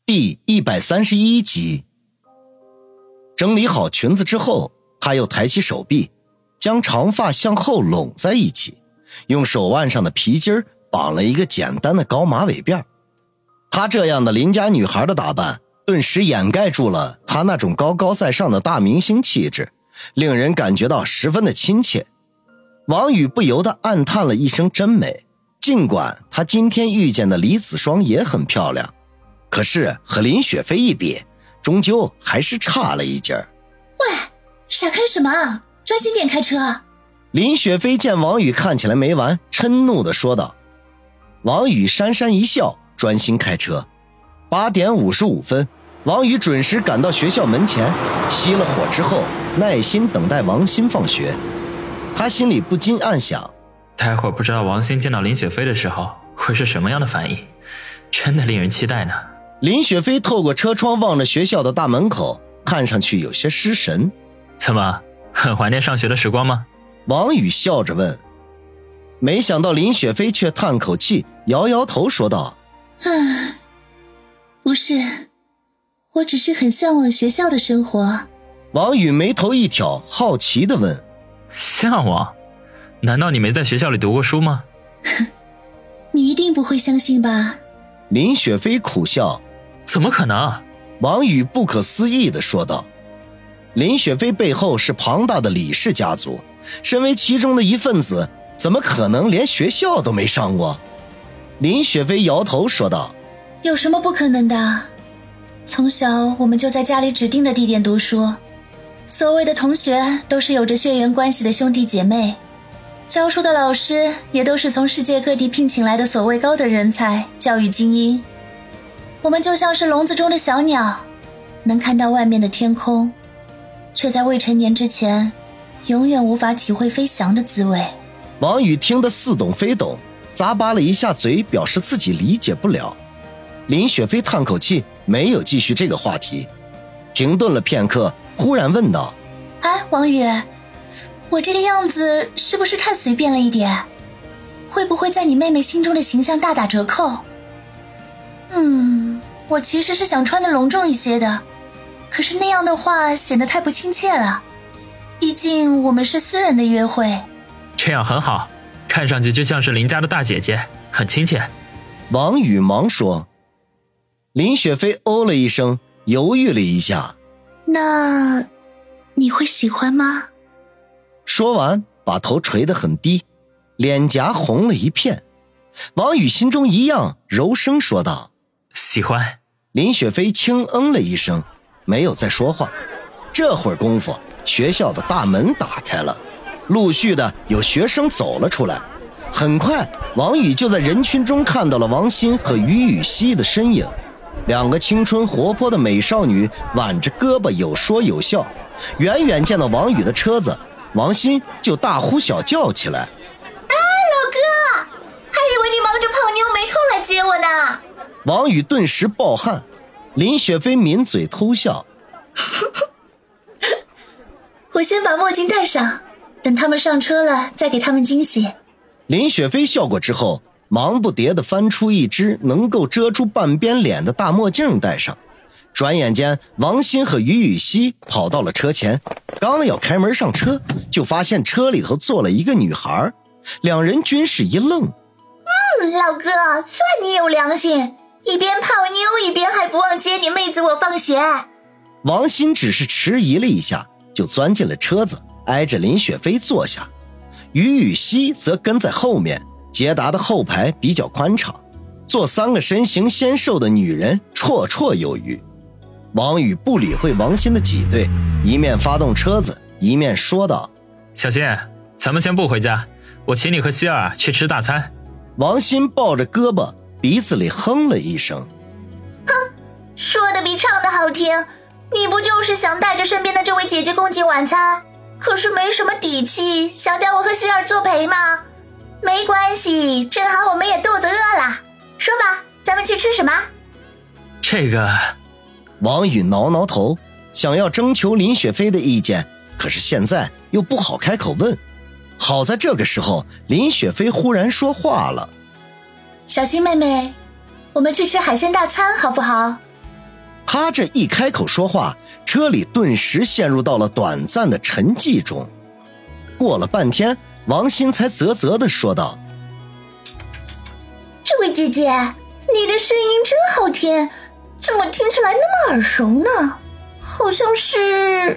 第131集。整理好裙子之后，他又抬起手臂，将长发向后拢在一起，用手腕上的皮筋绑了一个简单的高马尾辫。她这样的邻家女孩的打扮，顿时掩盖住了她那种高高在上的大明星气质，令人感觉到十分的亲切。王宇不由得暗叹了一声真美，尽管他今天遇见的李子双也很漂亮，可是和林雪飞一比，终究还是差了一截儿。 喂，傻看什么？专心点开车。 林雪飞见王宇看起来没完，嗔怒地说道。王宇讪讪一笑，专心开车。8点55分，王宇准时赶到学校门前，熄了火之后，耐心等待王鑫放学。他心里不禁暗想， 待会儿不知道王鑫见到林雪飞的时候会是什么样的反应，真的令人期待呢。 林雪飞透过车窗望着学校的大门口，看上去有些失神。 怎么，很怀念上学的时光吗？ 王宇笑着问。没想到林雪飞却叹口气，摇摇头说道， 不是，我只是很向往学校的生活。 王宇眉头一挑，好奇地问， 向往？难道你没在学校里读过书吗？ 你一定不会相信吧？ 林雪飞苦笑。 怎么可能？ 王宇不可思议地说道。林雪飞背后是庞大的李氏家族，身为其中的一份子，怎么可能连学校都没上过？林雪飞摇头说道， 有什么不可能的？从小我们就在家里指定的地点读书，所谓的同学都是有着血缘关系的兄弟姐妹，教书的老师也都是从世界各地聘请来的所谓高等人才、教育精英。我们就像是笼子中的小鸟，能看到外面的天空，却在未成年之前永远无法体会飞翔的滋味。 王宇听得似懂非懂，咂巴了一下嘴，表示自己理解不了。林雪飞叹口气，没有继续这个话题，停顿了片刻，忽然问道， 王宇，我这个样子是不是太随便了一点？会不会在你妹妹心中的形象大打折扣？我其实是想穿得隆重一些的，可是那样的话显得太不亲切了，毕竟我们是私人的约会。 这样很好，看上去就像是邻家的大姐姐，很亲切。 王宇忙说。林雪飞哦了一声，犹豫了一下， 那你会喜欢吗？ 说完把头垂得很低，脸颊红了一片。王宇心中一样，柔声说道， 喜欢。 林雪飞轻嗯了一声，没有再说话。这会儿功夫，学校的大门打开了，陆续的有学生走了出来。很快，王宇就在人群中看到了王鑫和于雨溪的身影。两个青春活泼的美少女挽着胳膊有说有笑，远远见到王宇的车子，王鑫就大呼小叫起来， 老哥，还以为你忙着泡妞没空来接我呢。 王宇顿时暴汗。林雪飞抿嘴偷笑， 我先把墨镜戴上，等他们上车了再给他们惊喜。 林雪飞笑过之后，忙不迭地翻出一只能够遮住半边脸的大墨镜戴上。转眼间，王鑫和于雨溪跑到了车前，刚要开门上车，就发现车里头坐了一个女孩。两人均是一愣。 老哥，算你有良心，一边泡妞一边还不忘接你妹子我放学。 王鑫只是迟疑了一下，就钻进了车子，挨着林雪飞坐下。于雨溪则跟在后面，捷达的后排比较宽敞，坐3个身形纤瘦的女人绰绰有余。王宇不理会王鑫的挤兑，一面发动车子，一面说道， 小鑫，咱们先不回家，我请你和希儿去吃大餐。 王鑫抱着胳膊，鼻子里哼了一声， 说的比唱的好听，你不就是想带着身边的这位姐姐共进晚餐，可是没什么底气，想叫我和希儿作陪吗？没关系，正好我们也肚子饿了，说吧，咱们去吃什么？ 这个…… 王宇挠挠头，想要征求林雪飞的意见，可是现在又不好开口问。好在这个时候，林雪飞忽然说话了， 小新妹妹，我们去吃海鲜大餐好不好？ 他这一开口说话，车里顿时陷入到了短暂的沉寂中。过了半天，王鑫才啧啧地说道： 这位姐姐，你的声音真好听，怎么听起来那么耳熟呢？好像是……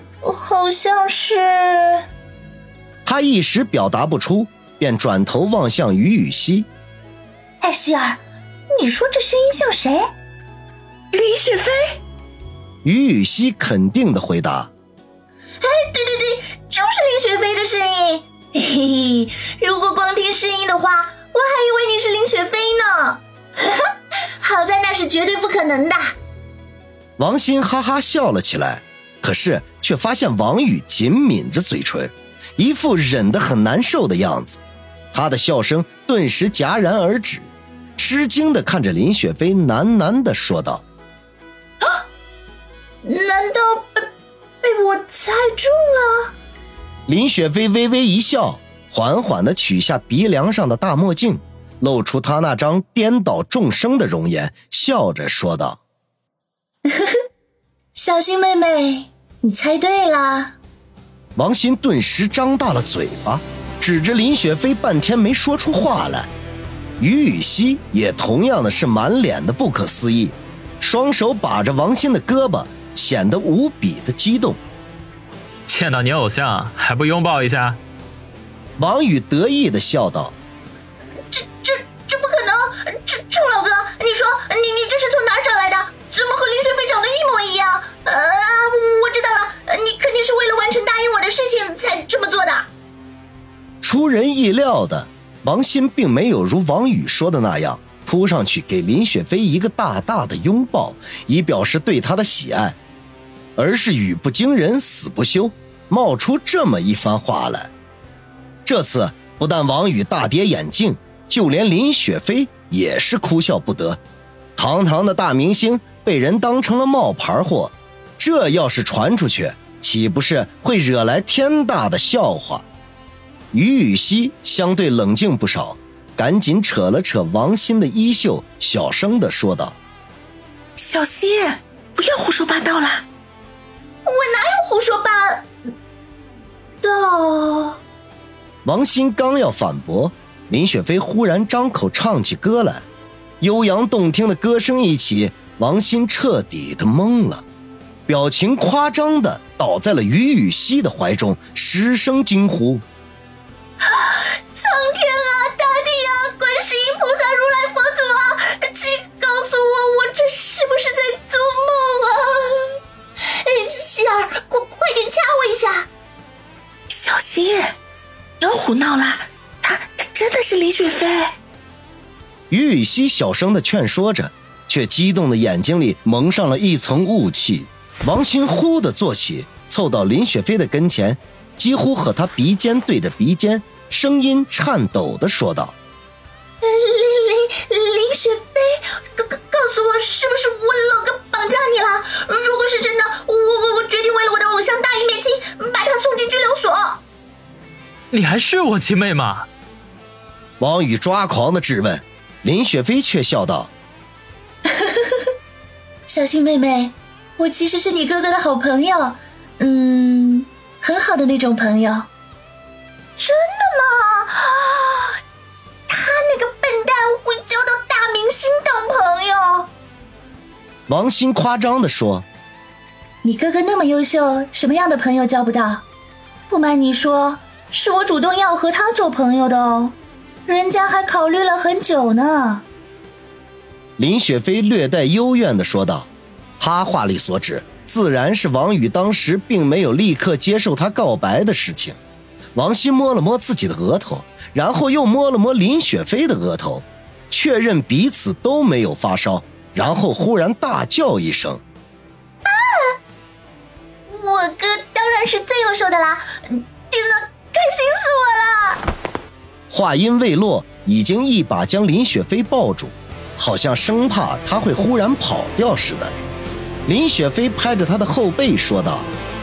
他一时表达不出，便转头望向于雨溪。 哎，希儿，你说这声音像谁？ 林雪飞。 于雨溪肯定地回答： 哎，对，就是林雪飞的声音。嘿嘿，如果光听声音的话，我还以为你是林雪飞呢。好在那是绝对不可能的。 王鑫哈哈笑了起来，可是却发现王宇紧抿着嘴唇，一副忍得很难受的样子。他的笑声顿时戛然而止，吃惊地看着林雪飞，喃喃地说道： 难道被我猜中了？ 林雪飞微微一笑，缓缓地取下鼻梁上的大墨镜，露出他那张颠倒众生的容颜，笑着说道： 小新妹妹，你猜对啦。 王鑫顿时张大了嘴巴，指着林雪飞半天没说出话来。于雨溪也同样的是满脸的不可思议，双手把着王鑫的胳膊，显得无比的激动。 见到你偶像还不拥抱一下？ 王宇得意地笑道： 这不可能！臭老哥，你说你这是从哪儿找来的？怎么和林雪飞长得一模一样？我知道了，你肯定是为了完成答应我的事情才这么做的。 出人意料的，王鑫并没有如王宇说的那样扑上去给林雪飞一个大大的拥抱，以表示对她的喜爱，而是语不惊人死不休，冒出这么一番话来。这次不但王宇大跌眼镜，就连林雪飞也是哭笑不得。堂堂的大明星被人当成了冒牌货，这要是传出去，岂不是会惹来天大的笑话？于雨溪相对冷静不少，赶紧扯了扯王鑫的衣袖，小声地说道： 小新，不要胡说八道啦。 我哪有胡说八道？ 王鑫刚要反驳，林雪飞忽然张口唱起歌来，悠扬动听的歌声一起，王鑫彻底的懵了，表情夸张的倒在了于雨溪的怀中，失声惊呼： 苍天啊，大地啊，观世音菩萨，如来佛祖啊，请告诉我这是不是在做梦啊？希儿，快点掐我一下。 小新，别胡闹啦，他真的是林雪飞。 于雨溪小声地劝说着，却激动的眼睛里蒙上了一层雾气。王鑫忽地坐起，凑到林雪飞的跟前，几乎和她鼻尖对着鼻尖，声音颤抖地说道： 林雪飞，告诉我是不是我老哥绑架你了？如果是真的，我决定为了我的偶像大义灭亲，把他送进拘留所。 你还是我亲妹吗？ 王宇抓狂地质问，林雪飞却笑道： 小新妹妹，我其实是你哥哥的好朋友，很好的那种朋友。真的吗？他那个笨蛋会交到大明星当朋友？ 王鑫夸张地说： 你哥哥那么优秀，什么样的朋友交不到？不瞒你说，是我主动要和他做朋友的哦，人家还考虑了很久呢。 林雪飞略带幽怨地说道，他话里所指自然是王宇当时并没有立刻接受他告白的事情。王鑫摸了摸自己的额头，然后又摸了摸林雪飞的额头，确认彼此都没有发烧，然后忽然大叫一声： 啊！我哥当然是最优秀的啦，天哪，开心死我了！ 话音未落，已经一把将林雪飞抱住，好像生怕他会忽然跑掉似的。林雪飞拍着他的后背说道：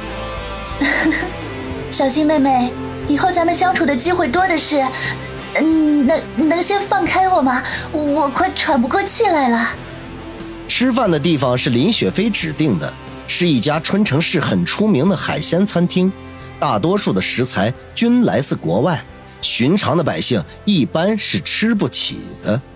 小新妹妹，以后咱们相处的机会多的是，能先放开我吗？我快喘不过气来了。 吃饭的地方是林雪飞指定的，是一家春城市很出名的海鲜餐厅，大多数的食材均来自国外，寻常的百姓一般是吃不起的。